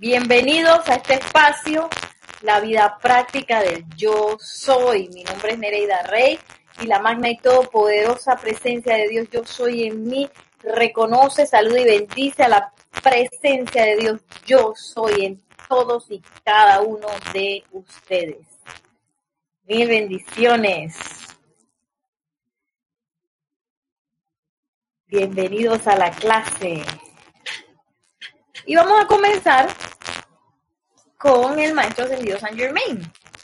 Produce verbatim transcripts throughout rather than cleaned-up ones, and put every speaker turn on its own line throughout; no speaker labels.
Bienvenidos a este espacio, la vida práctica del Yo Soy. Mi nombre es Nereida Rey y la magna y todopoderosa presencia de Dios Yo Soy en mí reconoce, saluda y bendice a la presencia de Dios Yo Soy en todos y cada uno de ustedes. Mil bendiciones. Bienvenidos a la clase. Y vamos a comenzar con el Maestro Ascendido Saint Germain.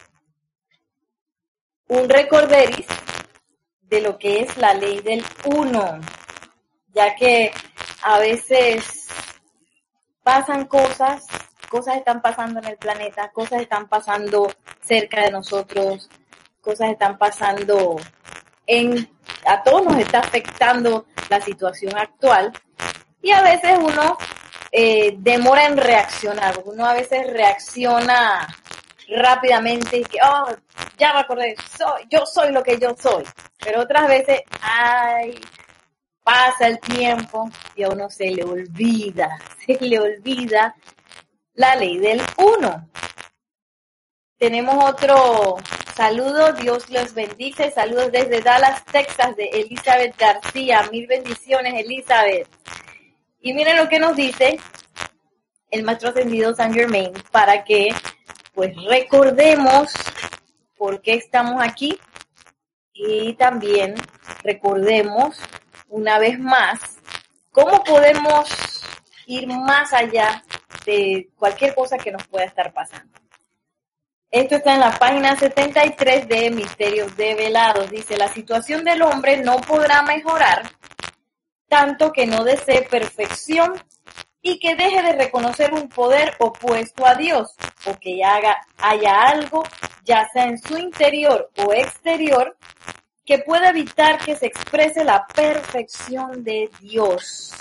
Un recorderis de lo que es la ley del uno, ya que a veces pasan cosas, cosas están pasando en el planeta, cosas están pasando cerca de nosotros, cosas están pasando en, a todos nos está afectando la situación actual y a veces uno eh, demora en reaccionar, uno a veces reacciona rápidamente y que, oh, ya me acordé, soy, yo soy lo que yo soy, pero otras veces, ay, pasa el tiempo y a uno se le olvida, se le olvida la ley del uno. Tenemos otro saludo, Dios los bendice, saludos desde Dallas, Texas, de Elizabeth García, mil bendiciones, Elizabeth. Y miren lo que nos dice el Maestro Ascendido Saint Germain, para que pues recordemos por qué estamos aquí y también recordemos una vez más cómo podemos ir más allá de cualquier cosa que nos pueda estar pasando. Esto está en la página setenta y tres de Misterios Develados. Dice, la situación del hombre no podrá mejorar tanto que no desee perfección y que deje de reconocer un poder opuesto a Dios, o que haga, haya algo, ya sea en su interior o exterior, que pueda evitar que se exprese la perfección de Dios.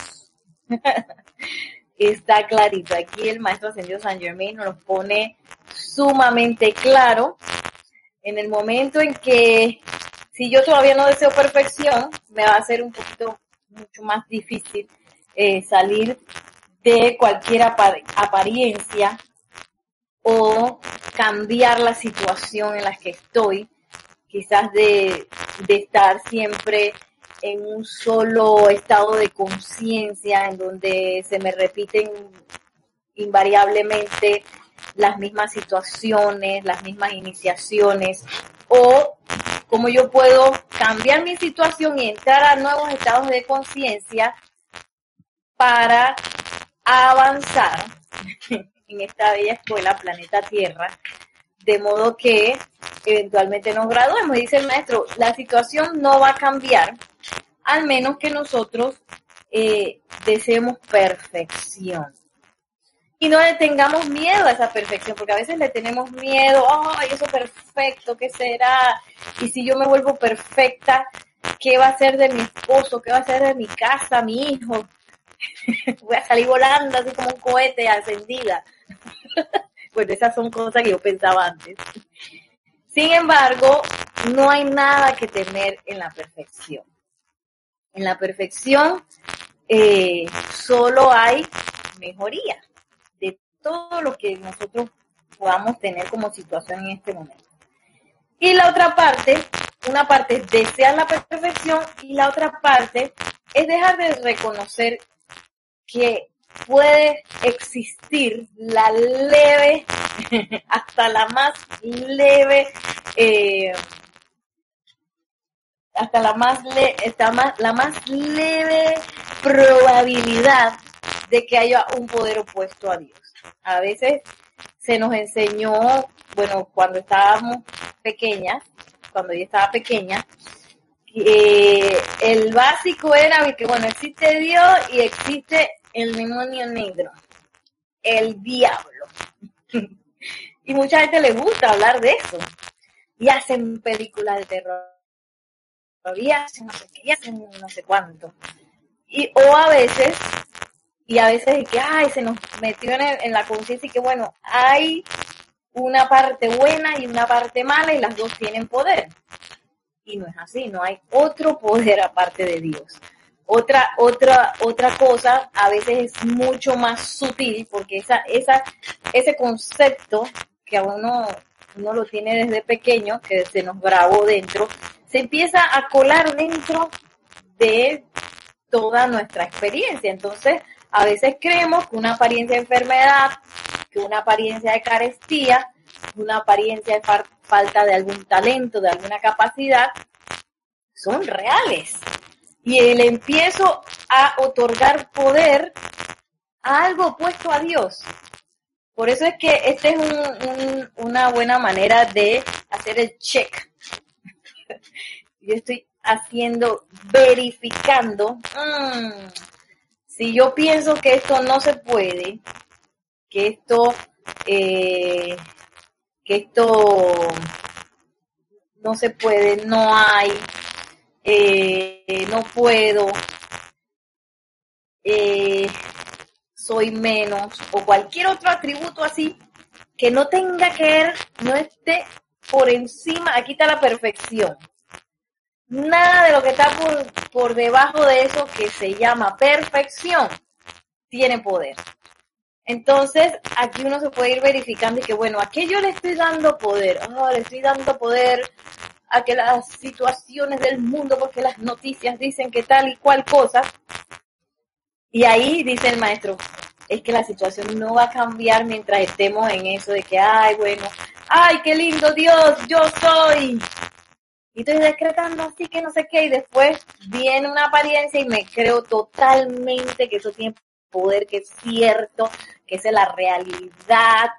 Está clarito. Aquí el Maestro Ascendido Saint Germain nos lo pone sumamente claro. En el momento en que, si yo todavía no deseo perfección, me va a ser un poquito mucho más difícil eh, salir de cualquier apar- apariencia o cambiar la situación en la que estoy, quizás de, de estar siempre en un solo estado de conciencia en donde se me repiten invariablemente las mismas situaciones, las mismas iniciaciones, o cómo yo puedo cambiar mi situación y entrar a nuevos estados de conciencia para avanzar en esta bella escuela, planeta Tierra, de modo que eventualmente nos graduemos. Dice el maestro, la situación no va a cambiar al menos que nosotros eh, deseemos perfección. Y no le tengamos miedo a esa perfección, porque a veces le tenemos miedo, ¡ay, eso perfecto, qué será! Y si yo me vuelvo perfecta, ¿qué va a ser de mi esposo? ¿Qué va a ser de mi casa, mi hijo? Voy a salir volando así como un cohete ascendida. Bueno, esas son cosas que yo pensaba antes. Sin embargo, no hay nada que temer en la perfección. En la perfección eh, solo hay mejoría de todo lo que nosotros podamos tener como situación en este momento. Y la otra parte, una parte es desear la perfección y la otra parte es dejar de reconocer que puede existir la leve, hasta la más leve, eh, hasta la más, le, hasta más, la más leve probabilidad de que haya un poder opuesto a Dios. A veces se nos enseñó, bueno, cuando estábamos pequeñas, cuando yo estaba pequeña, eh, el básico era que, bueno, existe Dios y existe el demonio negro, el diablo. Y mucha gente le gusta hablar de eso. Y hacen películas de terror. Y hacen no sé qué, y hacen no sé cuánto. Y, o a veces, y a veces que, ay, se nos metió en, el, en la conciencia y que, bueno, hay una parte buena y una parte mala y las dos tienen poder. Y no es así, no hay otro poder aparte de Dios. Otra, otra, otra cosa a veces es mucho más sutil, porque esa, esa, ese concepto que a uno, uno lo tiene desde pequeño, que se nos grabó dentro, se empieza a colar dentro de toda nuestra experiencia. Entonces, a veces creemos que una apariencia de enfermedad, que una apariencia de carestía, una apariencia de far- falta de algún talento, de alguna capacidad, son reales. Y le empiezo a otorgar poder a algo opuesto a Dios. Por eso es que esta es un, un, una buena manera de hacer el check. Yo estoy haciendo, verificando, mmm, si yo pienso que esto no se puede, que esto, eh, que esto no se puede, no hay, eh, no puedo, eh, soy menos, o cualquier otro atributo así, que no tenga que ver, no esté por encima, aquí está la perfección. Nada de lo que está por, por debajo de eso que se llama perfección tiene poder. Entonces, aquí uno se puede ir verificando y que, bueno, ¿a qué yo le estoy dando poder? Oh, le estoy dando poder a que las situaciones del mundo, porque las noticias dicen que tal y cual cosa. Y ahí dice el maestro, es que la situación no va a cambiar mientras estemos en eso de que, ay, bueno, ay, qué lindo Dios, yo soy. Y estoy decretando así que no sé qué, y después viene una apariencia y me creo totalmente que eso tiene poder, que es cierto, que esa es la realidad.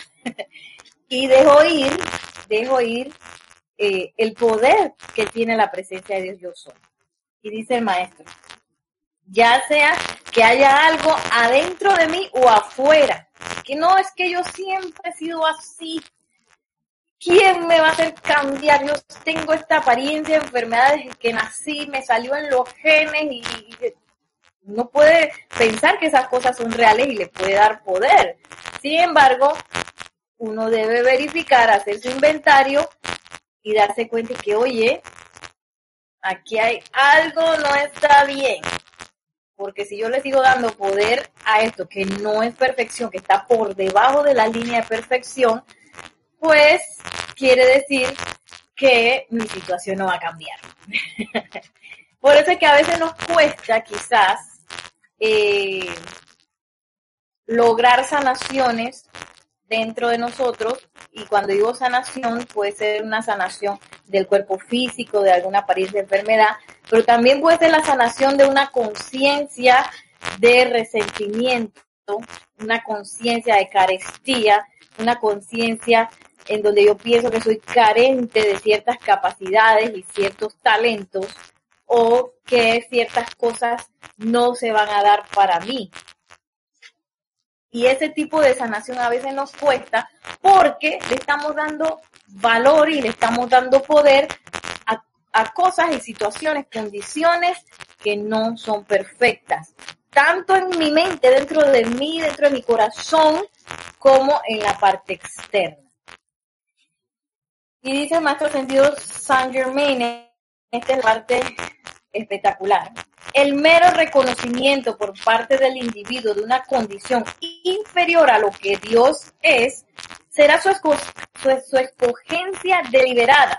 Y dejo ir, dejo ir eh, el poder que tiene la presencia de Dios yo soy. Y dice el maestro, ya sea que haya algo adentro de mí o afuera, que no es que yo siempre he sido así. ¿Quién me va a hacer cambiar? Yo tengo esta apariencia de enfermedad desde que nací, me salió en los genes y, y no puede pensar que esas cosas son reales y le puede dar poder. Sin embargo, uno debe verificar, hacer su inventario y darse cuenta que, oye, aquí hay algo no está bien. Porque si yo le sigo dando poder a esto que no es perfección, que está por debajo de la línea de perfección, pues quiere decir que mi situación no va a cambiar. Por eso es que a veces nos cuesta quizás eh, lograr sanaciones dentro de nosotros, y cuando digo sanación puede ser una sanación del cuerpo físico, de alguna apariencia de enfermedad, pero también puede ser la sanación de una conciencia de resentimiento, una conciencia de carestía, una conciencia en donde yo pienso que soy carente de ciertas capacidades y ciertos talentos, o que ciertas cosas no se van a dar para mí. Y ese tipo de sanación a veces nos cuesta porque le estamos dando valor y le estamos dando poder a, a cosas y situaciones, condiciones que no son perfectas. Tanto en mi mente, dentro de mí, dentro de mi corazón, como en la parte externa. Y dice el maestro sentido Saint Germain, esta es la parte espectacular. El mero reconocimiento por parte del individuo de una condición inferior a lo que Dios es, será su, esco su, su escogencia deliberada.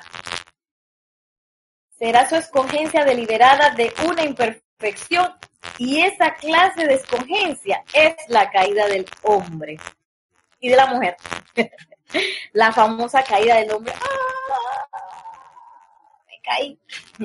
Será su escogencia deliberada de una imperfección, y esa clase de escogencia es la caída del hombre y de la mujer. La famosa caída del hombre. ¡Ah! Me caí.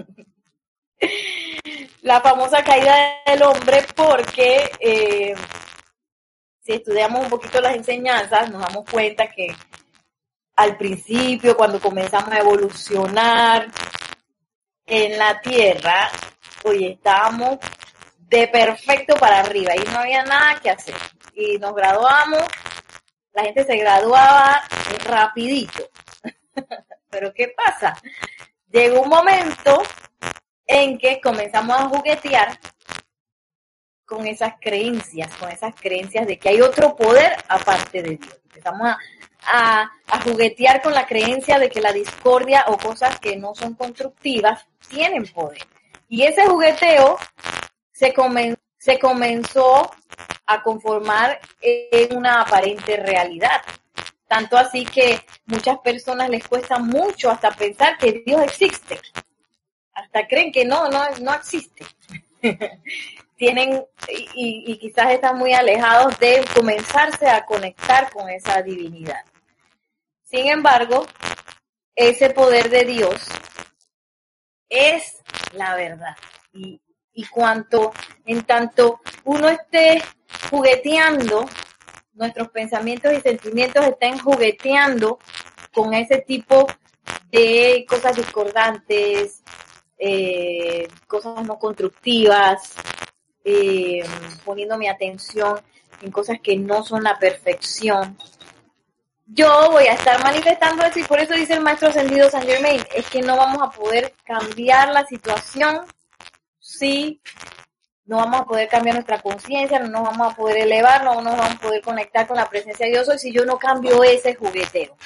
La famosa caída del hombre, porque eh, si estudiamos un poquito las enseñanzas, nos damos cuenta que al principio, cuando comenzamos a evolucionar en la Tierra, oye, estábamos de perfecto para arriba y no había nada que hacer. Y nos graduamos, la gente se graduaba rapidito. Pero ¿qué pasa? Llegó un momento en que comenzamos a juguetear con esas creencias, con esas creencias de que hay otro poder aparte de Dios. Empezamos a, a, a juguetear con la creencia de que la discordia o cosas que no son constructivas tienen poder. Y ese jugueteo se, comen, se comenzó a conformar en una aparente realidad. Tanto así que muchas personas les cuesta mucho hasta pensar que Dios existe. Hasta creen que no, no, no existe. Tienen y, y quizás están muy alejados de comenzarse a conectar con esa divinidad. Sin embargo, ese poder de Dios es la verdad. Y, y cuanto, en tanto uno esté jugueteando, nuestros pensamientos y sentimientos estén jugueteando con ese tipo de cosas discordantes, eh, cosas no constructivas, eh, poniendo mi atención en cosas que no son la perfección, yo voy a estar manifestando eso, y por eso dice el maestro ascendido Saint Germain, es que no vamos a poder cambiar la situación si no vamos a poder cambiar nuestra conciencia, no nos vamos a poder elevar, no nos vamos a poder conectar con la presencia de Dios si yo no cambio ese jugueteo.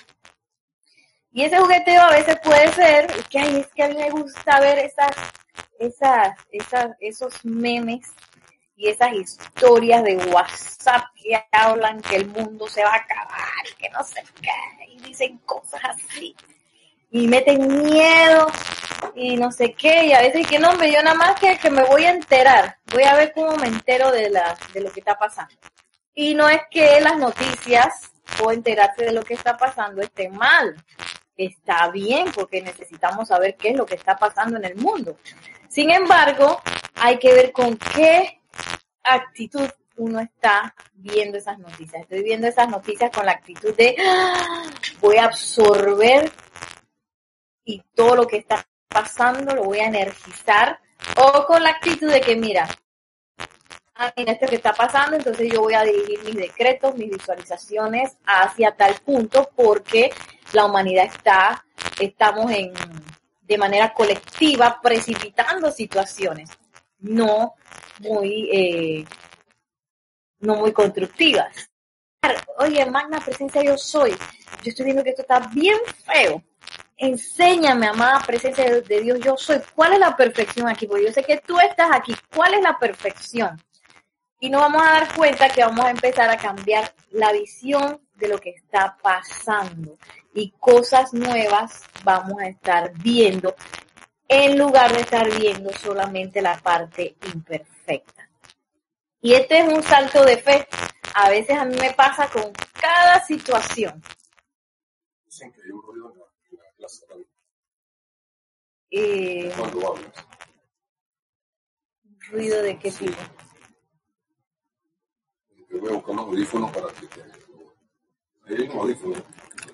Y ese jugueteo a veces puede ser, es que, ay, es que a mí me gusta ver esas, esas, esas, esos memes y esas historias de WhatsApp que hablan que el mundo se va a acabar y que no sé qué, y dicen cosas así, y meten miedo y no sé qué, y a veces que no, hombre, yo nada más que, que me voy a enterar, voy a ver cómo me entero de, la, de lo que está pasando. Y no es que las noticias o enterarse de lo que está pasando esté mal, está bien, porque necesitamos saber qué es lo que está pasando en el mundo. Sin embargo, hay que ver con qué actitud uno está viendo esas noticias. Estoy viendo esas noticias con la actitud de ¡ah! Voy a absorber y todo lo que está pasando lo voy a energizar, o con la actitud de que mira, ah, mira esto que está pasando, entonces yo voy a dirigir mis decretos, mis visualizaciones hacia tal punto, porque la humanidad está, estamos en, de manera colectiva precipitando situaciones no muy eh, no muy constructivas. Oye, magna presencia yo soy, yo estoy viendo que esto está bien feo, enséñame, amada presencia de Dios yo soy, ¿cuál es la perfección aquí? Porque yo sé que tú estás aquí, ¿cuál es la perfección? Y nos vamos a dar cuenta que vamos a empezar a cambiar la visión de lo que está pasando, y cosas nuevas vamos a estar viendo en lugar de estar viendo solamente la parte imperfecta. Y este es un salto de fe. A veces a mí me pasa con cada situación.
Dicen que hay un ruido en la, en la clase también.
Eh,
Cuando hablas.
¿Ruido de qué tipo?
Te voy a buscar unos audífonos para que te... Ahí hay unos audífonos.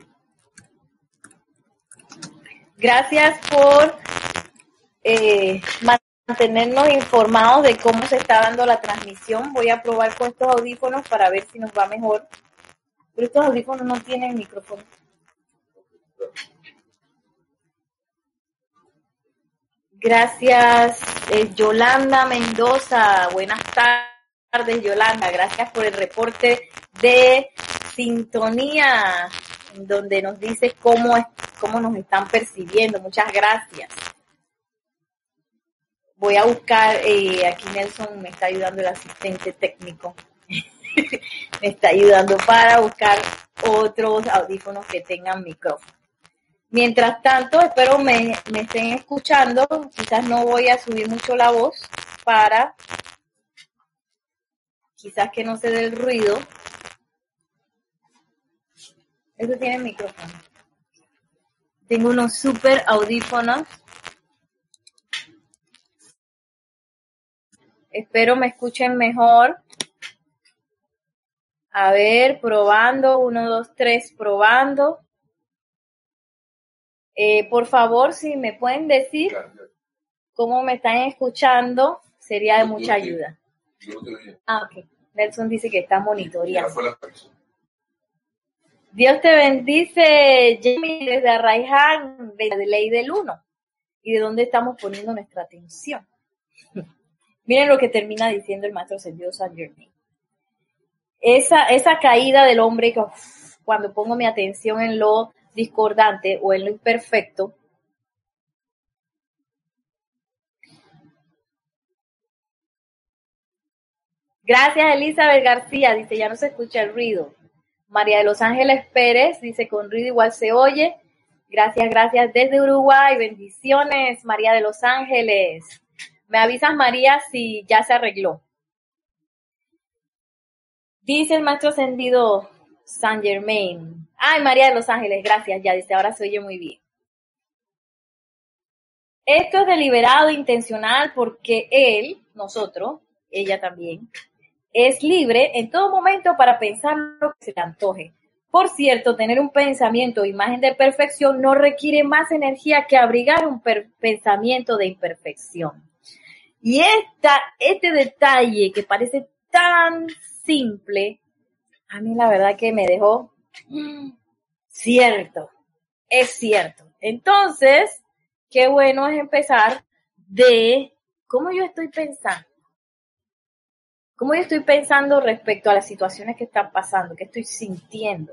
Gracias por eh, mantenernos informados de cómo se está dando la transmisión. Voy a probar con estos audífonos para ver si nos va mejor. Pero estos audífonos no tienen micrófono. Gracias, eh, Yolanda Mendoza. Buenas tardes, Yolanda. Gracias por el reporte de sintonía, donde nos dice cómo, es, cómo nos están percibiendo. Muchas gracias. Voy a buscar, eh, aquí Nelson me está ayudando, el asistente técnico. Me está ayudando para buscar otros audífonos que tengan micrófono. Mientras tanto, espero me, me estén escuchando. Quizás no voy a subir mucho la voz para quizás que no se dé el ruido. Eso tiene micrófono. Tengo unos super audífonos. Espero me escuchen mejor. A ver, probando. Uno, dos, tres, probando. Eh, por favor, si me pueden decir cómo me están escuchando, sería de mucha ayuda. Ah, ok. Nelson dice que está monitoreando. Dios te bendice, Jamie, desde Arraiján, de la ley del uno. ¿Y de dónde estamos poniendo nuestra atención? Miren lo que termina diciendo el maestro ascendido Saint Germain. Esa, esa caída del hombre, que, uf, cuando pongo mi atención en lo discordante o en lo imperfecto, Gracias, Elizabeth García, dice, ya no se escucha el ruido. María de los Ángeles Pérez, dice, con ruido igual se oye. Gracias, gracias desde Uruguay, bendiciones, María de los Ángeles. Me avisas, María, si ya se arregló. Dice el maestro ascendido Saint Germain. Ay, María de los Ángeles, gracias, ya dice, ahora se oye muy bien. Esto es deliberado, intencional, porque él, nosotros, ella también, es libre en todo momento para pensar lo que se le antoje. Por cierto, tener un pensamiento o imagen de perfección no requiere más energía que abrigar un per- pensamiento de imperfección. Y esta, este detalle que parece tan simple, a mí la verdad que me dejó mm, cierto, es cierto. Entonces, qué bueno es empezar de cómo yo estoy pensando. ¿Cómo yo estoy pensando respecto a las situaciones que están pasando, que estoy sintiendo?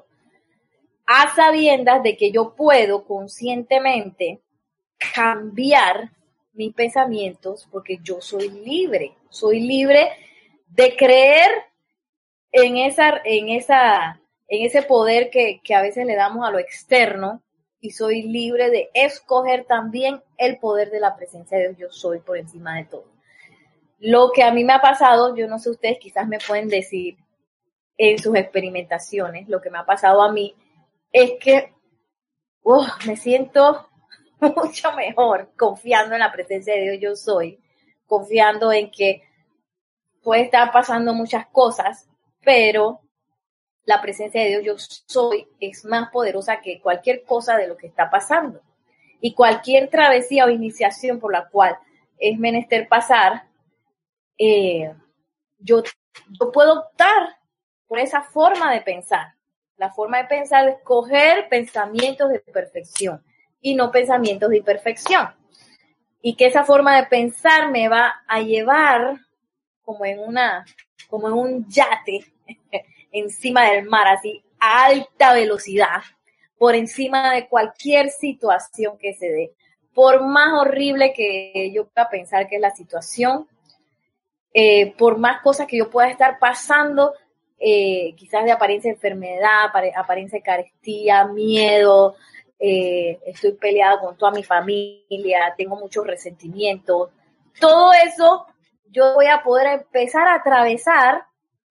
A sabiendas de que yo puedo conscientemente cambiar mis pensamientos porque yo soy libre. Soy libre de creer en esa, en esa, en ese poder que, que a veces le damos a lo externo y soy libre de escoger también el poder de la presencia de Dios. Yo soy por encima de todo. Lo que a mí me ha pasado, yo no sé ustedes, quizás me pueden decir en sus experimentaciones, lo que me ha pasado a mí, es que uh, me siento mucho mejor confiando en la presencia de Dios yo soy, confiando en que puede estar pasando muchas cosas, pero la presencia de Dios yo soy es más poderosa que cualquier cosa de lo que está pasando. Y cualquier travesía o iniciación por la cual es menester pasar, eh, yo, yo puedo optar por esa forma de pensar. La forma de pensar es escoger pensamientos de perfección y no pensamientos de imperfección. Y que esa forma de pensar me va a llevar como en una, como en un yate encima del mar, así a alta velocidad, por encima de cualquier situación que se dé. Por más horrible que yo pueda pensar que es la situación, eh, por más cosas que yo pueda estar pasando, eh, quizás de apariencia de enfermedad, apariencia de carestía, miedo, eh, estoy peleada con toda mi familia, tengo muchos resentimientos, todo eso yo voy a poder empezar a atravesar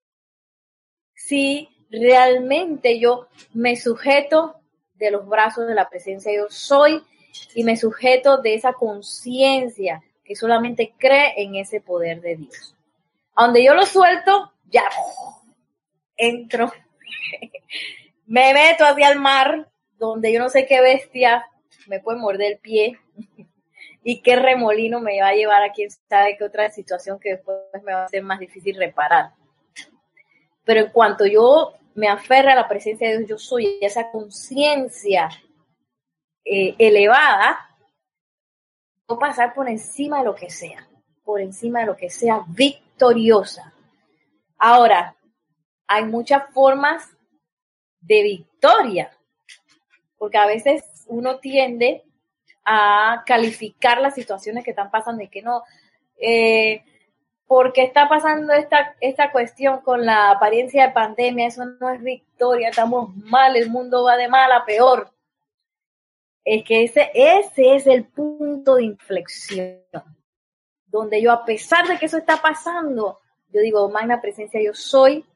si realmente yo me sujeto de los brazos de la presencia de Dios soy y me sujeto de esa conciencia que solamente cree en ese poder de Dios. A donde yo lo suelto, ya entro, me meto hacia el mar, donde yo no sé qué bestia me puede morder el pie y qué remolino me va a llevar a quién sabe qué otra situación que después me va a ser más difícil reparar. Pero en cuanto yo me aferre a la presencia de Dios, yo soy esa conciencia eh, elevada, puedo pasar por encima de lo que sea, por encima de lo que sea, victoriosa. Ahora, hay muchas formas de victoria, porque a veces uno tiende a calificar las situaciones que están pasando y que no, eh, porque está pasando esta, esta cuestión con la apariencia de pandemia, eso no es victoria, estamos mal, el mundo va de mal a peor. Es que ese, ese es el punto de inflexión, donde yo, a pesar de que eso está pasando, yo digo, magna presencia, yo soy,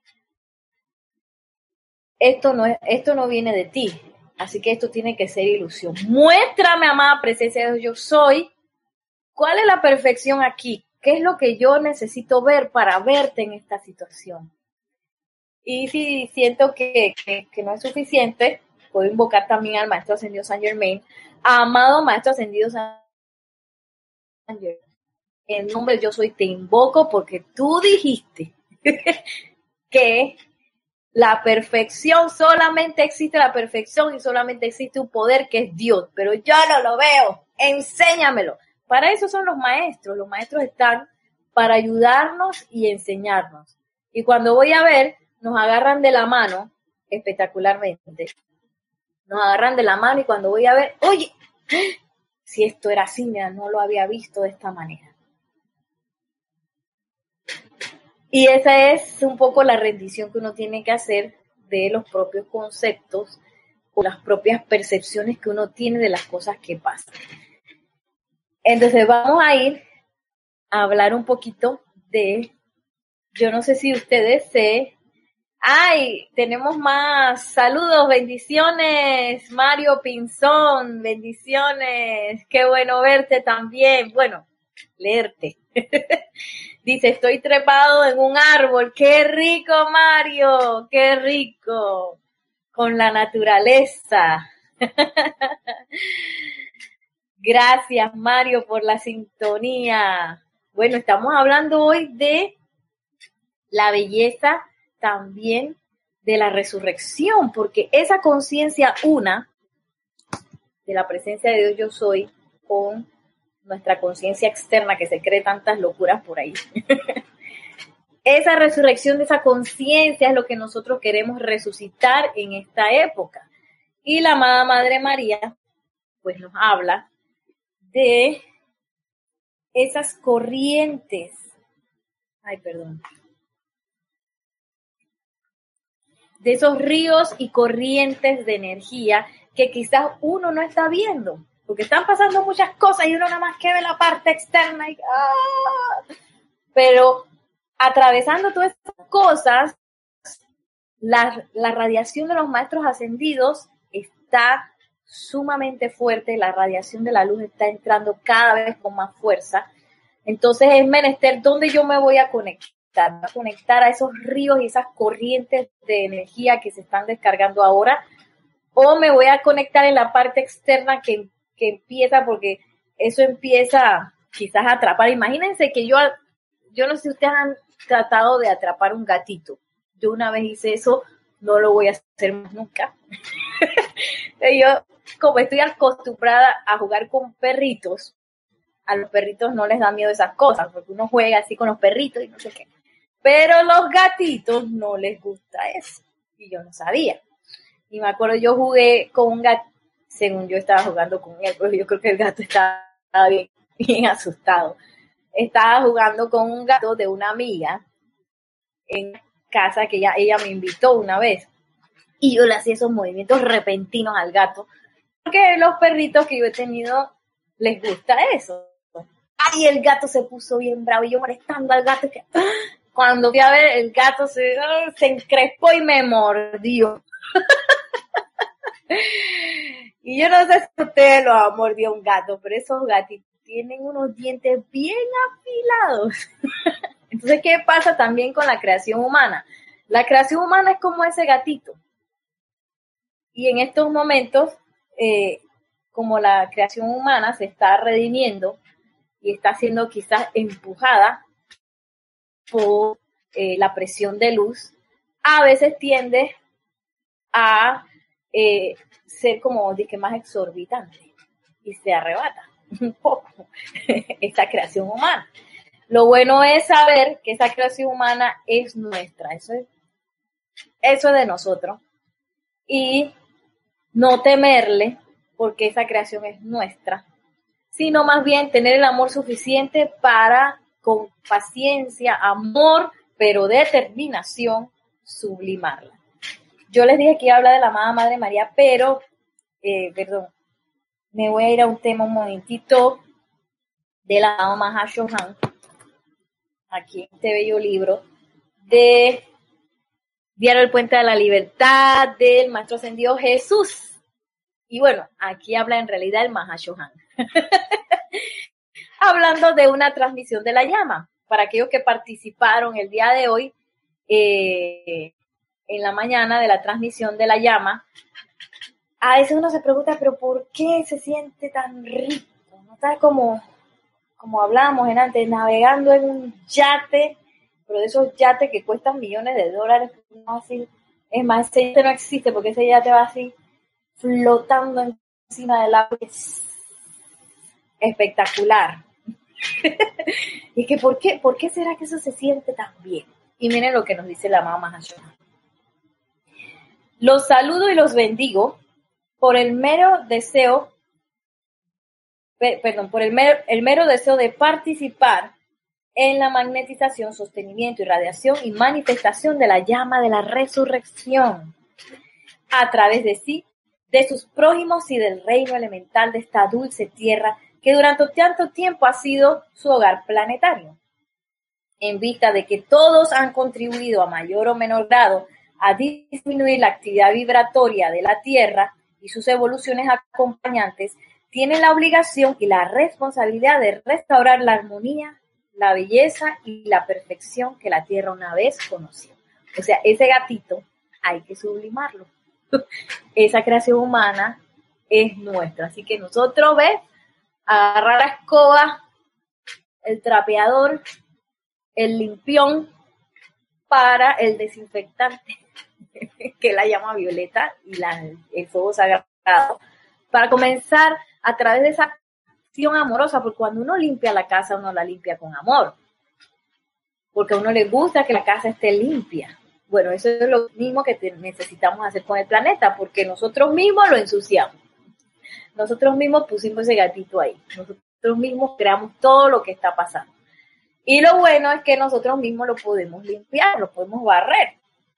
esto no, es, esto no viene de ti, así que esto tiene que ser ilusión. Muéstrame, amada presencia de Dios, yo soy, ¿cuál es la perfección aquí? ¿Qué es lo que yo necesito ver para verte en esta situación? Y si siento que, que, que no es suficiente, puedo invocar también al Maestro Ascendido Saint Germain, amado Maestro Ascendido Saint Germain. En nombre de yo soy, te invoco porque tú dijiste que la perfección, solamente existe la perfección y solamente existe un poder que es Dios, pero yo no lo veo, enséñamelo. Para eso son los maestros, los maestros están para ayudarnos y enseñarnos. Y cuando voy a ver, nos agarran de la mano, espectacularmente, nos agarran de la mano y cuando voy a ver, oye, si esto era así, mira, no lo había visto de esta manera. Y esa es un poco la rendición que uno tiene que hacer de los propios conceptos o las propias percepciones que uno tiene de las cosas que pasan. Entonces vamos a ir a hablar un poquito de, yo no sé si ustedes se... ¡Ay! Tenemos más saludos, bendiciones, Mario Pinzón, bendiciones, qué bueno verte también, bueno, leerte. Dice, estoy trepado en un árbol, qué rico Mario, qué rico, con la naturaleza. Gracias Mario por la sintonía. Bueno, estamos hablando hoy de la belleza también de la resurrección, porque esa conciencia una de la presencia de Dios yo soy con nuestra conciencia externa que se cree tantas locuras por ahí. Esa resurrección de esa conciencia es lo que nosotros queremos resucitar en esta época. Y la amada Madre María pues nos habla de esas corrientes. Ay, perdón. De esos ríos y corrientes de energía que quizás uno no está viendo, porque están pasando muchas cosas y uno nada más que ve la parte externa y ¡ah! Pero atravesando todas estas cosas, la, la radiación de los maestros ascendidos está sumamente fuerte, la radiación de la luz está entrando cada vez con más fuerza. Entonces es menester donde yo me voy a conectar, a conectar a esos ríos y esas corrientes de energía que se están descargando ahora, o me voy a conectar en la parte externa que, que empieza, porque eso empieza quizás a atrapar. Imagínense que yo, yo no sé si ustedes han tratado de atrapar un gatito. Yo una vez hice eso, no lo voy a hacer más nunca. Yo, como estoy acostumbrada a jugar con perritos, a los perritos no les da miedo esas cosas, porque uno juega así con los perritos y no sé qué. Pero los gatitos no les gusta eso. Y yo no sabía. Y me acuerdo, yo jugué con un gato, según yo estaba jugando con él, pero yo creo que el gato estaba bien, bien asustado. Estaba jugando con un gato de una amiga en casa que ella, ella me invitó una vez. Y yo le hacía esos movimientos repentinos al gato. Porque los perritos que yo he tenido les gusta eso. Ay, el gato se puso bien bravo y yo molestando al gato. Que, cuando fui a ver, el gato se, se encrespó y me mordió. Y yo no sé si ustedes lo han mordido un gato, pero esos gatitos tienen unos dientes bien afilados. Entonces, ¿qué pasa también con la creación humana? La creación humana es como ese gatito. Y en estos momentos, eh, como la creación humana se está redimiendo y está siendo quizás empujada por eh, la presión de luz, a veces tiende a eh, ser como de que más exorbitante y se arrebata un poco esa creación humana. Lo bueno es saber que esa creación humana es nuestra, eso es, eso es de nosotros, y no temerle porque esa creación es nuestra, sino más bien tener el amor suficiente para, con paciencia, amor, pero determinación, sublimarla. Yo les dije que iba a hablar de la amada Madre María, pero, eh, perdón, me voy a ir a un tema un momentito de la amada Mahashohan, aquí en este bello libro, de Diario del Puente de la Libertad, del Maestro Ascendido Jesús. Y bueno, aquí habla en realidad el Mahashohan. Hablando de una transmisión de la llama. Para aquellos que participaron el día de hoy, eh, en la mañana de la transmisión de la llama, a veces uno se pregunta, pero ¿por qué se siente tan rico? ¿No está como, como hablábamos en antes, navegando en un yate, pero de esos yates que cuestan millones de dólares? No así, es más, ese yate no existe porque ese yate va así flotando encima del agua. Es espectacular. Y que ¿por qué, ¿por qué será que eso se siente tan bien? Y miren lo que nos dice la amada Mahashohan. Los saludo y los bendigo por el mero deseo, pe- perdón, por el mero, el mero deseo de participar en la magnetización, sostenimiento, irradiación y manifestación de la llama de la resurrección a través de sí, de sus prójimos y del reino elemental de esta dulce tierra que durante tanto tiempo ha sido su hogar planetario. En vista de que todos han contribuido a mayor o menor grado a disminuir la actividad vibratoria de la Tierra y sus evoluciones acompañantes, tienen la obligación y la responsabilidad de restaurar la armonía, la belleza y la perfección que la Tierra una vez conoció. O sea, ese gatito hay que sublimarlo. Esa creación humana es nuestra. Así que nosotros, ¿ves? Agarrar la escoba, el trapeador, el limpión para el desinfectante, que es la llama violeta y la, el fuego sagrado, para comenzar a través de esa acción amorosa, porque cuando uno limpia la casa, uno la limpia con amor, porque a uno le gusta que la casa esté limpia. Bueno, eso es lo mismo que te, necesitamos hacer con el planeta, porque nosotros mismos lo ensuciamos. Nosotros mismos pusimos ese gatito ahí. Nosotros mismos creamos todo lo que está pasando. Y lo bueno es que nosotros mismos lo podemos limpiar, lo podemos barrer.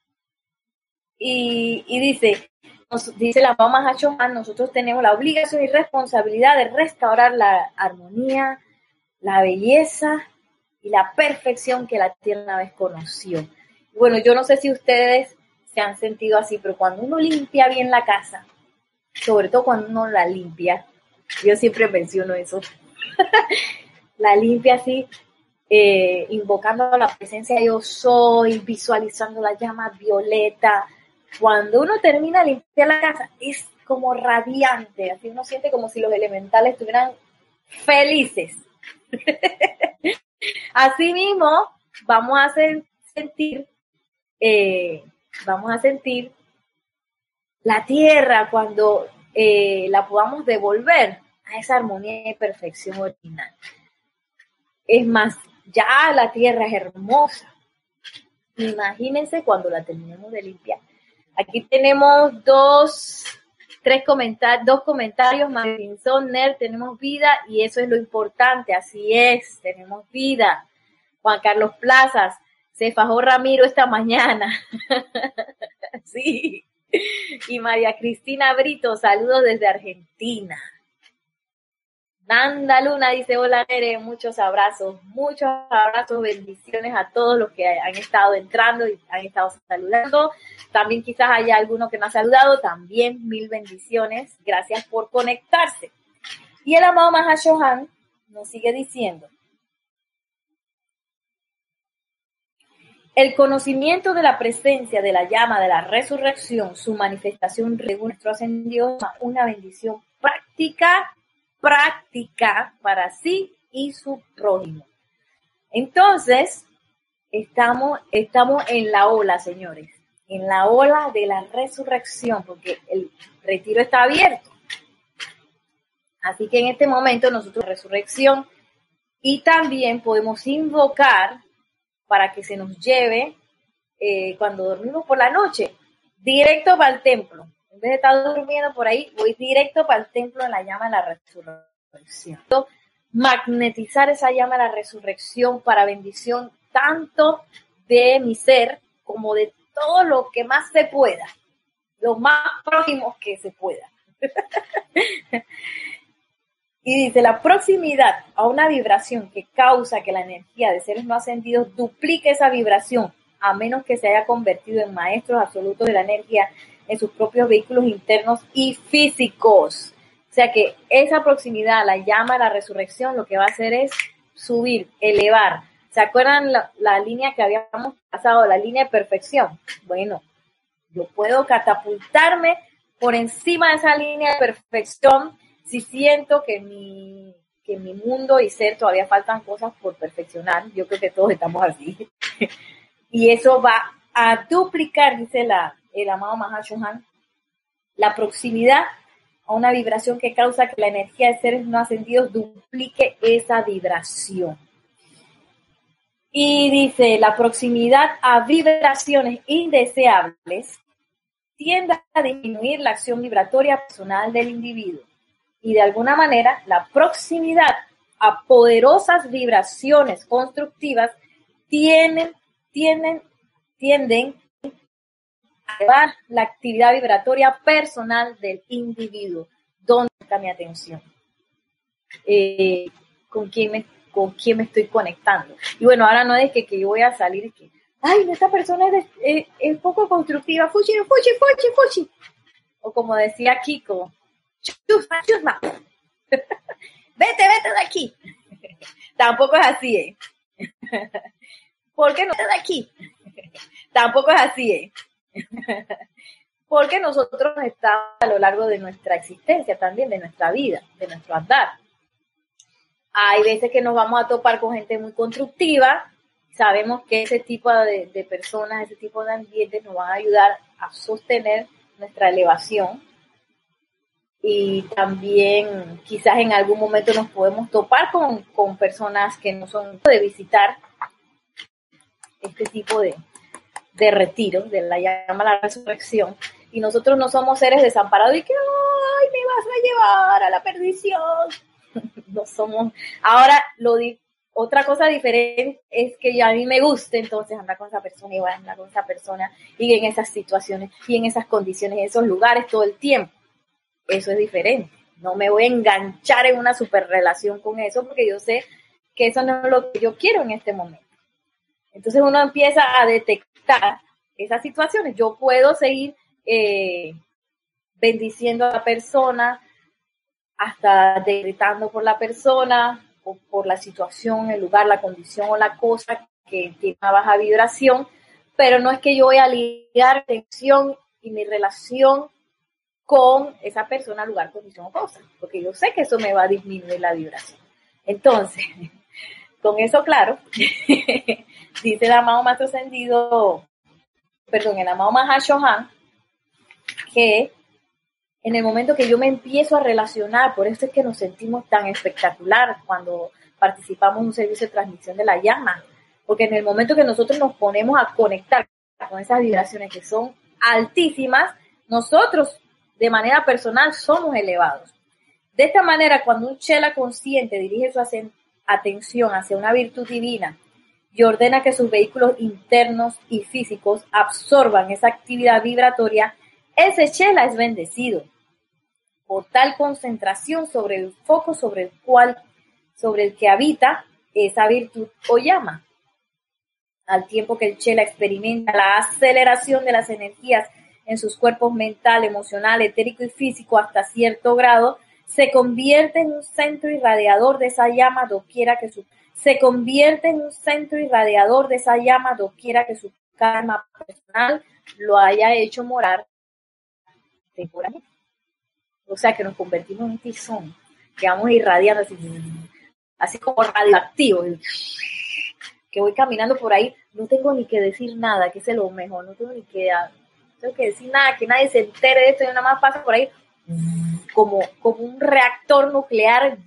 Y, y dice, nos, dice la mamá Mahachohan, nosotros tenemos la obligación y responsabilidad de restaurar la armonía, la belleza y la perfección que la tierra una vez conoció. Bueno, yo no sé si ustedes se han sentido así, pero cuando uno limpia bien la casa, sobre todo cuando uno la limpia, yo siempre menciono eso, la limpia así, eh, invocando la presencia de yo soy, visualizando la llama violeta. Cuando uno termina de limpiar la casa, es como radiante, así uno siente como si los elementales estuvieran felices. Así mismo, vamos a hacer, sentir Eh, vamos a sentir la tierra cuando eh, la podamos devolver a esa armonía y perfección original. Es más, ya la tierra es hermosa. Imagínense cuando la terminemos de limpiar. Aquí tenemos dos, tres comentarios, dos comentarios. Marinson, Ner, tenemos vida y eso es lo importante. Así es, tenemos vida. Juan Carlos Plazas, se fajó Ramiro esta mañana. Sí. Y María Cristina Brito, saludos desde Argentina. Nanda Luna dice, hola Nere, muchos abrazos, muchos abrazos, bendiciones a todos los que han estado entrando y han estado saludando. También quizás haya alguno que no ha saludado, también mil bendiciones, gracias por conectarse. Y el amado Mahashohan nos sigue diciendo, el conocimiento de la presencia de la llama de la resurrección, su manifestación según nuestro ascendido, una bendición práctica, práctica para sí y su prójimo. Entonces, estamos, estamos en la ola, señores, en la ola de la resurrección, porque el retiro está abierto. Así que en este momento nosotros resurrección y también podemos invocar para que se nos lleve eh, cuando dormimos por la noche, directo para el templo. En vez de estar durmiendo por ahí, voy directo para el templo en la llama de la resurrección. Magnetizar esa llama de la resurrección para bendición tanto de mi ser como de todo lo que más se pueda, lo más próximos que se pueda. Y dice, la proximidad a una vibración que causa que la energía de seres no ascendidos duplique esa vibración, a menos que se haya convertido en maestros absolutos de la energía en sus propios vehículos internos y físicos. O sea que esa proximidad, la llama de la resurrección, lo que va a hacer es subir, elevar. ¿Se acuerdan la, la línea que habíamos pasado, la línea de perfección? Bueno, yo puedo catapultarme por encima de esa línea de perfección si siento que mi, que mi mundo y ser todavía faltan cosas por perfeccionar. Yo creo que todos estamos así. Y eso va a duplicar, dice la, el amado Mahashohan, la proximidad a una vibración que causa que la energía de seres no ascendidos duplique esa vibración. Y dice, la proximidad a vibraciones indeseables tiende a disminuir la acción vibratoria personal del individuo. Y de alguna manera, la proximidad a poderosas vibraciones constructivas, tienen, tienen, tienden a elevar la actividad vibratoria personal del individuo. ¿Dónde está mi atención? Eh, ¿con quién me, con quién me estoy conectando? Y bueno, ahora no es que, que yo voy a salir y que, ay, esta persona es, es, es poco constructiva, fuchi, fuchi, fuchi, fuchi. O como decía Kiko, chusma, chusma. Vete, vete de aquí. Tampoco es así, ¿eh? ¿Por qué no vete de aquí? Tampoco es así, ¿eh? Porque nosotros estamos a lo largo de nuestra existencia también, de nuestra vida, de nuestro andar. Hay veces que nos vamos a topar con gente muy constructiva. Sabemos que ese tipo de, de personas, ese tipo de ambientes nos van a ayudar a sostener nuestra elevación. Y también quizás en algún momento nos podemos topar con, con personas que no son de visitar este tipo de, de retiro, de la llama la resurrección, y nosotros no somos seres desamparados y que ¡ay, me vas a llevar a la perdición! No somos. Ahora, lo di, otra cosa diferente es que ya a mí me guste entonces andar con esa persona y voy a andar con esa persona y en esas situaciones y en esas condiciones, en esos lugares todo el tiempo. Eso es diferente. No me voy a enganchar en una super relación con eso porque yo sé que eso no es lo que yo quiero en este momento. Entonces uno empieza a detectar esas situaciones. Yo puedo seguir eh, bendiciendo a la persona, hasta gritando por la persona, o por la situación, el lugar, la condición o la cosa que tiene una baja vibración, pero no es que yo voy a ligar mi atención y mi relación con esa persona, lugar, condición o cosa, porque yo sé que eso me va a disminuir la vibración. Entonces, con eso claro, dice el amado Maestro Ascendido, perdón, el amado Mahashohan, que en el momento que yo me empiezo a relacionar, por eso es que nos sentimos tan espectacular cuando participamos en un servicio de transmisión de la llama, porque en el momento que nosotros nos ponemos a conectar con esas vibraciones que son altísimas, nosotros de manera personal somos elevados. De esta manera, cuando un chela consciente dirige su atención hacia una virtud divina y ordena que sus vehículos internos y físicos absorban esa actividad vibratoria, ese chela es bendecido por tal concentración sobre el foco sobre el cual, sobre el que habita esa virtud o llama. Al tiempo que el chela experimenta la aceleración de las energías en sus cuerpos mental, emocional, etérico y físico hasta cierto grado, se convierte en un centro irradiador de esa llama doquiera que su se convierte en un centro irradiador de esa llama doquiera que su karma personal lo haya hecho morar temporalmente. O sea que nos convertimos en un tizón, que vamos irradiando así, así como radioactivo, que voy caminando por ahí, no tengo ni que decir nada, que es lo mejor, no tengo ni que, no tengo que decir nada, que nadie se entere de esto, y nada más pasa por ahí como, como un reactor nuclear,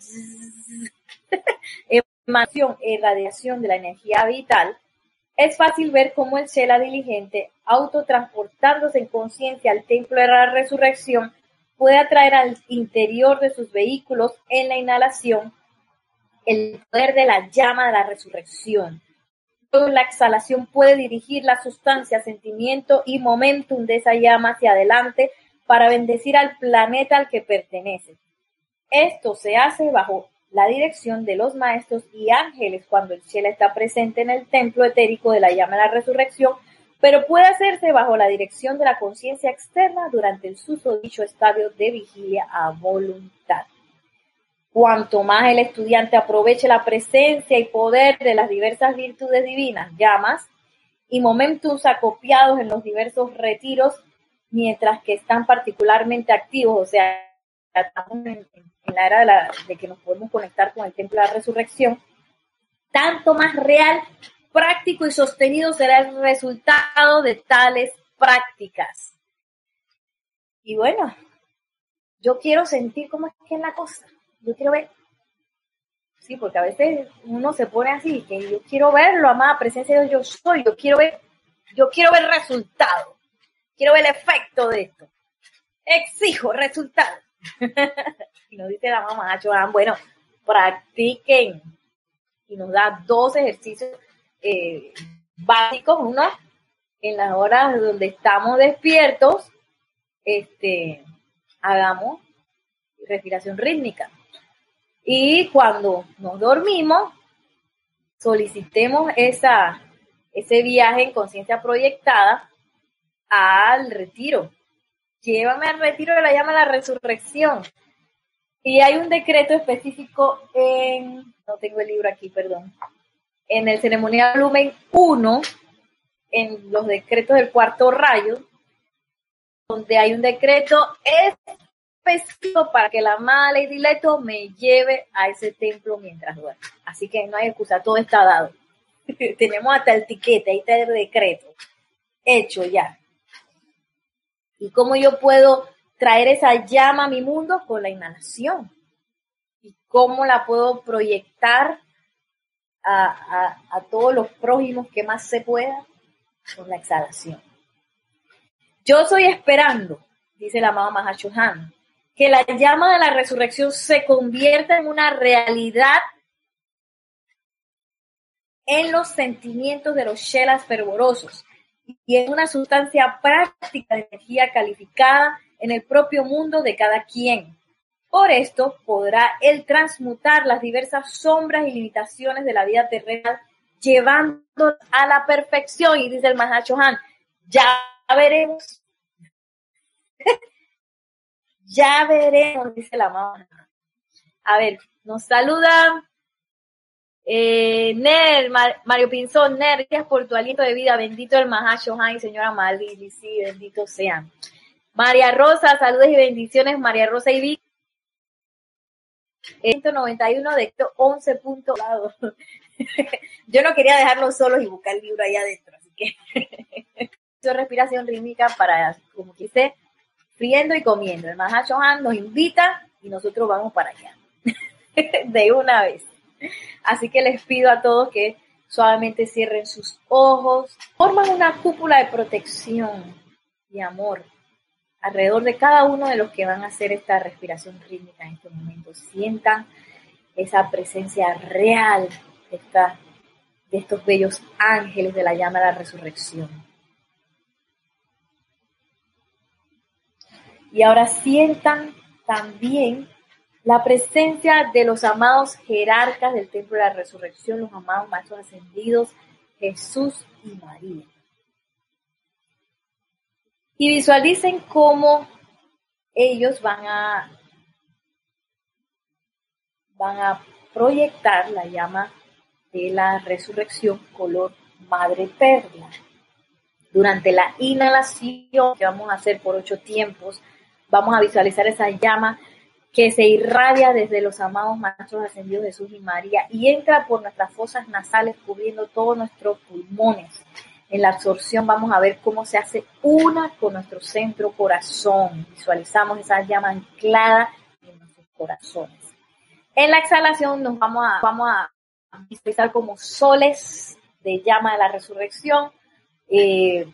emanación e irradiación de la energía vital. Es fácil ver cómo el chela diligente, autotransportándose en conciencia al templo de la resurrección, puede atraer al interior de sus vehículos en la inhalación el poder de la llama de la resurrección. En la exhalación puede dirigir la sustancia, sentimiento y momentum de esa llama hacia adelante para bendecir al planeta al que pertenece. Esto se hace bajo la dirección de los maestros y ángeles cuando el chela está presente en el templo etérico de la llama de la resurrección, pero puede hacerse bajo la dirección de la conciencia externa durante el susodicho estadio de vigilia a voluntad. Cuanto más el estudiante aproveche la presencia y poder de las diversas virtudes divinas, llamas y momentos acopiados en los diversos retiros, mientras que están particularmente activos, o sea, estamos en, en la era de, la, de que nos podemos conectar con el templo de la resurrección, tanto más real, práctico y sostenido será el resultado de tales prácticas. Y bueno, yo quiero sentir cómo es que es la cosa. Yo quiero ver. Sí, porque a veces uno se pone así, que yo quiero verlo, amada presencia de Dios, yo soy, yo quiero ver, yo quiero ver resultado. Quiero ver el efecto de esto. Exijo resultado. Y nos dice la mamá, Joan, bueno, practiquen. Y nos da dos ejercicios eh, básicos. Uno, en las horas donde estamos despiertos, este, hagamos respiración rítmica. Y cuando nos dormimos, solicitemos esa, ese viaje en conciencia proyectada al retiro. Llévame al retiro de la llama de la resurrección. Y hay un decreto específico en, no tengo el libro aquí, perdón, en el ceremonial volumen uno, en los decretos del cuarto rayo, donde hay un decreto específico para que la amada Lady Leto me lleve a ese templo mientras duermo. Así que no hay excusa, todo está dado. Tenemos hasta el tiquete, ahí está el decreto, hecho ya. ¿Y cómo yo puedo traer esa llama a mi mundo? Con la inhalación. ¿Y cómo la puedo proyectar a, a, a todos los prójimos que más se pueda? Con la exhalación. Yo estoy esperando, dice el amado Mahashohan, que la llama de la resurrección se convierta en una realidad en los sentimientos de los shelas fervorosos y en una sustancia práctica de energía calificada en el propio mundo de cada quien. Por esto podrá él transmutar las diversas sombras y limitaciones de la vida terrenal, llevándonos a la perfección. Y dice el Mahashohan, ya veremos, ya veremos, dice la mamá. A ver, nos saluda eh, Ner, Mar, Mario Pinzón. Ner, gracias por tu aliento de vida, bendito el Mahashohan y señora Maldi, sí, bendito sean. María Rosa, saludos y bendiciones, María Rosa y Vic. ciento noventa y uno de estos once puntos. Yo no quería dejarlos solos y buscar el libro ahí adentro, así que respiración rítmica para, como quise, friendo y comiendo. El Mahashohan nos invita y nosotros vamos para allá de una vez. Así que les pido a todos que suavemente cierren sus ojos, forman una cúpula de protección y amor alrededor de cada uno de los que van a hacer esta respiración rítmica en este momento. Sientan esa presencia real de, esta, de estos bellos ángeles de la llama de la resurrección. Y ahora sientan también la presencia de los amados jerarcas del Templo de la Resurrección, los amados maestros ascendidos, Jesús y María. Y visualicen cómo ellos van a, van a proyectar la llama de la resurrección color madre perla. Durante la inhalación que vamos a hacer por ocho tiempos, vamos a visualizar esa llama que se irradia desde los amados maestros ascendidos Jesús y María y entra por nuestras fosas nasales cubriendo todos nuestros pulmones. En la absorción vamos a ver cómo se hace una con nuestro centro corazón. Visualizamos esa llama anclada en nuestros corazones. En la exhalación nos vamos a, vamos a visualizar como soles de llama de la resurrección, eh,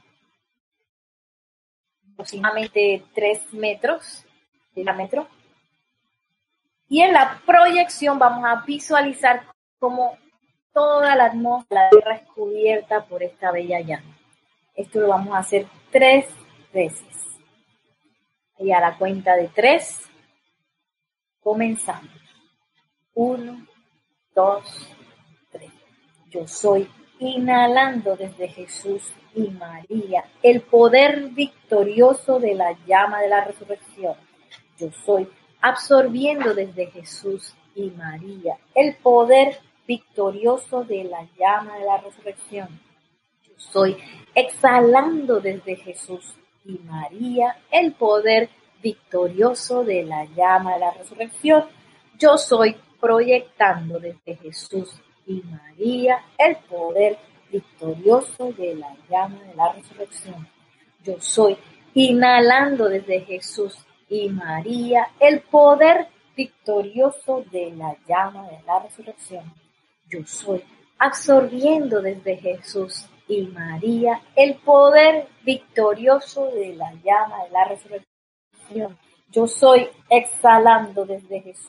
aproximadamente tres metros de diámetro. Y en la proyección vamos a visualizar como toda la atmósfera de la Tierra es cubierta por esta bella llama. Esto lo vamos a hacer tres veces. Y a la cuenta de tres, comenzamos. Uno, dos, tres. Yo soy inhalando desde Jesús y María el poder victorioso de la llama de la resurrección. Yo soy absorbiendo desde Jesús y María el poder victorioso de la llama de la resurrección. Yo soy exhalando desde Jesús y María el poder victorioso de la llama de la resurrección. Yo soy proyectando desde Jesús y María el poder victorioso de la llama de la resurrección. Yo soy inhalando desde Jesús y María el poder victorioso de la llama de la resurrección. Yo soy absorbiendo desde Jesús y María el poder victorioso de la llama de la resurrección. Yo soy exhalando desde Jesús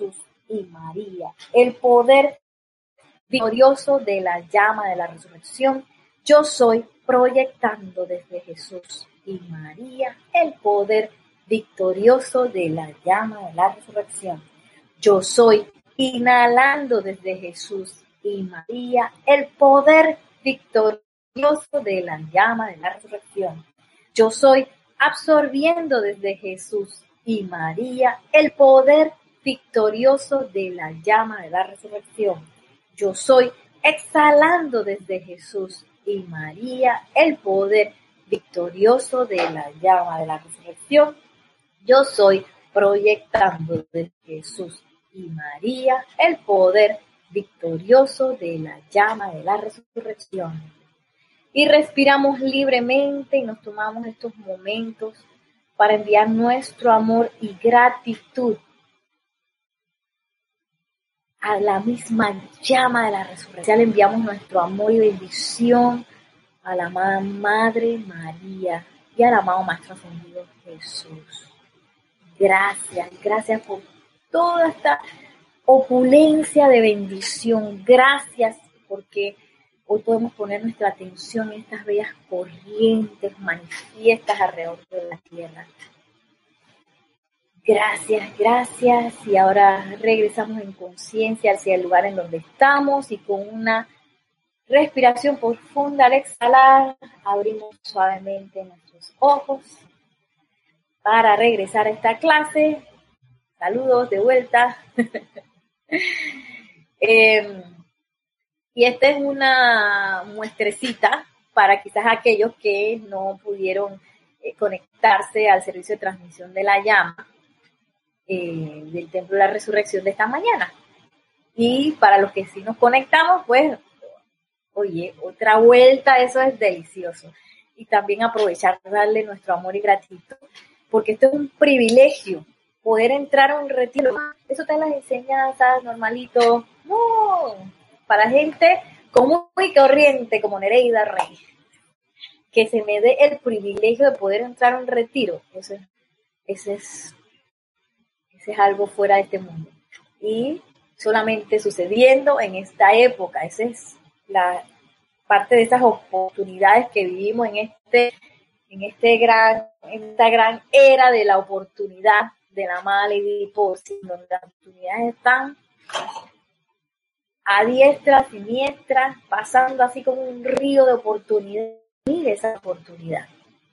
y María, el poder victorioso de la llama de la resurrección. Yo soy proyectando desde Jesús y María el poder victorioso de la llama de la resurrección. Yo soy inhalando desde Jesús y María el poder victorioso de la llama de la resurrección. Yo soy absorbiendo desde Jesús y María el poder victorioso de la llama de la resurrección. Yo soy exhalando desde Jesús y María el poder victorioso de la llama de la resurrección. Yo soy proyectando desde Jesús y María el poder victorioso de la llama de la resurrección. Y respiramos libremente y nos tomamos estos momentos para enviar nuestro amor y gratitud a la misma llama de la resurrección. Le enviamos nuestro amor y bendición a la amada Madre María y al amado Maestro Ascendido Jesús. Gracias, gracias por toda esta opulencia de bendición. Gracias porque hoy podemos poner nuestra atención en estas bellas corrientes manifiestas alrededor de la tierra. Gracias, gracias. Y ahora regresamos en conciencia hacia el lugar en donde estamos y con una respiración profunda al exhalar, abrimos suavemente nuestros ojos para regresar a esta clase. Saludos de vuelta. eh, y esta es una muestrecita para quizás aquellos que no pudieron eh, conectarse al servicio de transmisión de la llama eh, del Templo de la Resurrección de esta mañana. Y para los que sí nos conectamos, pues, oye, otra vuelta, eso es delicioso. Y también aprovechar, darle nuestro amor y gratitud, porque esto es un privilegio, poder entrar a un retiro. Eso está en las enseñanzas, normalito. No, para gente común y corriente, como Nereida Rey, que se me dé el privilegio de poder entrar a un retiro. Eso es, ese es, ese es algo fuera de este mundo. Y solamente sucediendo en esta época. Esa es la parte de esas oportunidades que vivimos en este, en este gran, en esta gran era de la oportunidad de la amada Lady Posi, donde las oportunidades están a diestra, siniestra, pasando así como un río de oportunidades. Mire esa oportunidad.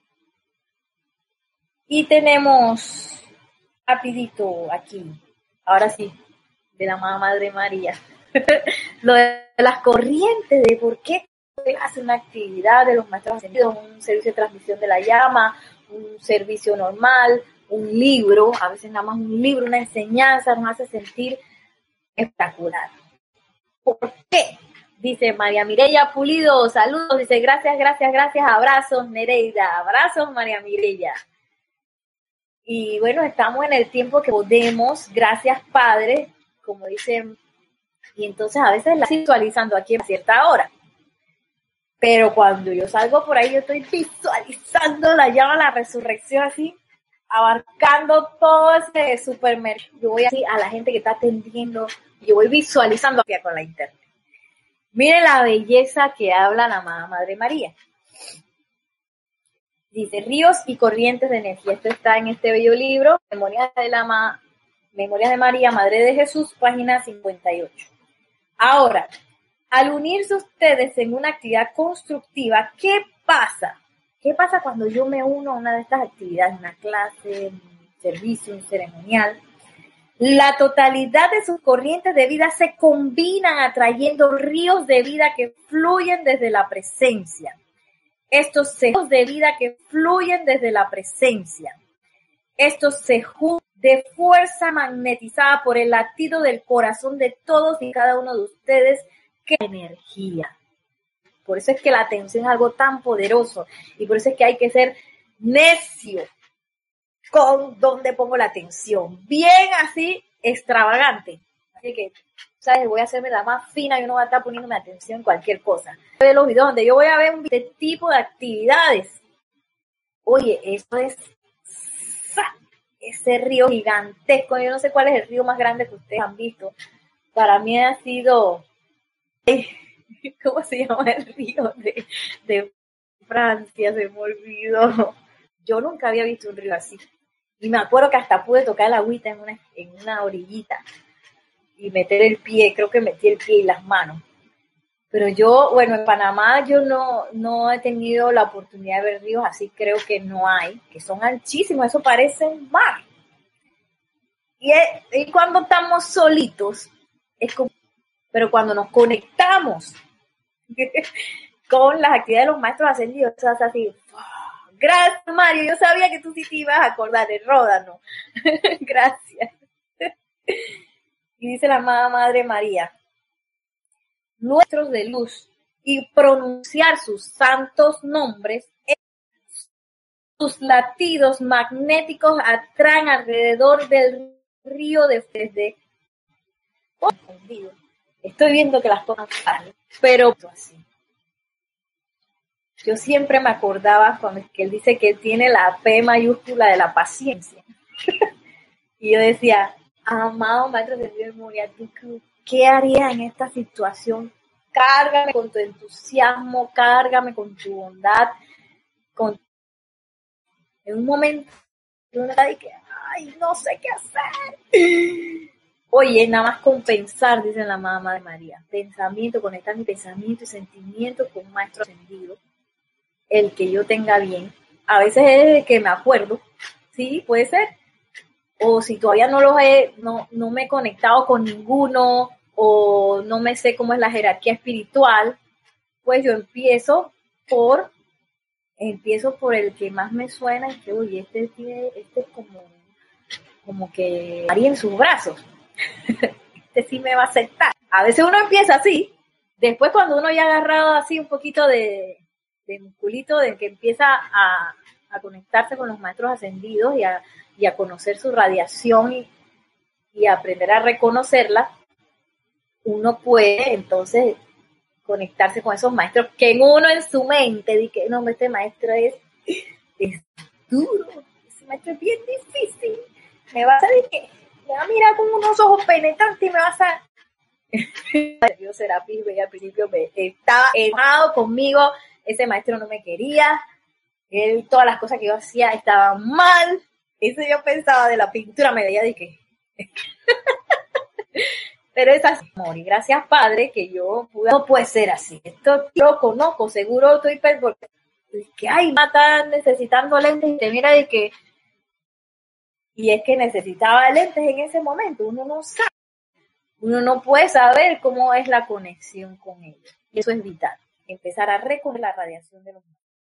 Y tenemos rapidito aquí, ahora sí, de la amada Madre María, lo de las corrientes, de por qué hace una actividad de los maestros ascendidos, un servicio de transmisión de la llama, un servicio normal, un libro, a veces nada más un libro, una enseñanza nos hace sentir espectacular. ¿Por qué? Dice María Mireya Pulido, saludos, dice gracias, gracias, gracias, abrazos Nereida, abrazos María Mireya. Y bueno, estamos en el tiempo que podemos, gracias Padre, como dicen, y entonces a veces la estoy visualizando aquí a cierta hora. Pero cuando yo salgo por ahí, yo estoy visualizando la llama de la resurrección así, abarcando todo ese supermercado. Yo voy así a la gente que está atendiendo, yo voy visualizando aquí con la internet. Miren la belleza que habla la amada Madre María. Dice, ríos y corrientes de energía. Esto está en este bello libro, Memorias de, la Ma- Memorias de María, Madre de Jesús, página cincuenta y ocho. Ahora, al unirse ustedes en una actividad constructiva, ¿qué pasa? ¿Qué pasa cuando yo me uno a una de estas actividades? Una clase, un servicio, un ceremonial. La totalidad de sus corrientes de vida se combinan atrayendo ríos de vida que fluyen desde la presencia. Estos ríos de vida que fluyen desde la presencia. Estos se juntan de fuerza magnetizada por el latido del corazón de todos y cada uno de ustedes, que energía. Por eso es que la atención es algo tan poderoso y por eso es que hay que ser necio con dónde pongo la atención. Bien así, extravagante. Así que, ¿sabes? Voy a hacerme la más fina y no voy a estar poniéndome atención en cualquier cosa. Voy a ver los videos donde yo voy a ver un tipo de actividades. Oye, esto es ese río gigantesco, yo no sé cuál es el río más grande que ustedes han visto. Para mí ha sido, ¿cómo se llama el río de, de Francia? Se me olvidó. Yo nunca había visto un río así. Y me acuerdo que hasta pude tocar el agüita en una, en una orillita y meter el pie, creo que metí el pie y las manos. Pero yo, bueno, en Panamá yo no, no he tenido la oportunidad de ver ríos así, creo que no hay, que son anchísimos, eso parece un mar. Y, es, y cuando estamos solitos, es como, pero cuando nos conectamos con las actividades de los maestros ascendidos, eso hace así, gracias Mario, yo sabía que tú sí te ibas a acordar de Ródano. Gracias. Y dice la amada Madre María, nuestros de luz y pronunciar sus santos nombres, sus latidos magnéticos atraen alrededor del río de desde oh, estoy viendo que las cosas salen, pero así. Yo siempre me acordaba cuando es que él dice que él tiene la P mayúscula de la paciencia. Y yo decía, amado Maestro de Memoria, ¿tú qué harías en esta situación? Cárgame con tu entusiasmo, cárgame con tu bondad, con en un momento uno está de que, ay, no sé qué hacer. Oye, nada más con pensar, dice la mamá de María, pensamiento, conectar mi pensamiento y sentimiento con un maestro ascendido, el que yo tenga bien. A veces es que me acuerdo, sí, puede ser, o si todavía no los he, no, no me he conectado con ninguno, o no me sé cómo es la jerarquía espiritual, pues yo empiezo por empiezo por el que más me suena y que, oye, este tiene, este es como, como que haría en sus brazos. Este sí me va a aceptar. A veces uno empieza así, después cuando uno ya ha agarrado así un poquito de, de musculito, de que empieza a, a conectarse con los maestros ascendidos y a, y a conocer su radiación y, y a aprender a reconocerla, uno puede entonces conectarse con esos maestros que en uno en su mente dice, no, este maestro es, es duro, ese maestro es bien difícil, me vas a decir que me va a mirar con unos ojos penetrantes y me vas a... Yo Serapis al principio me estaba enojado conmigo, ese maestro no me quería, él, todas las cosas que yo hacía estaban mal, eso yo pensaba de la pintura, me veía de que... Pero es así, amor, y gracias Padre que yo pude, no puede ser así, esto yo lo conozco, seguro estoy porque que ay, mata necesitando lentes y te mira de que, y es que necesitaba lentes en ese momento, uno no sabe, uno no puede saber cómo es la conexión con ellos, y eso es vital, empezar a recoger la radiación de los demás.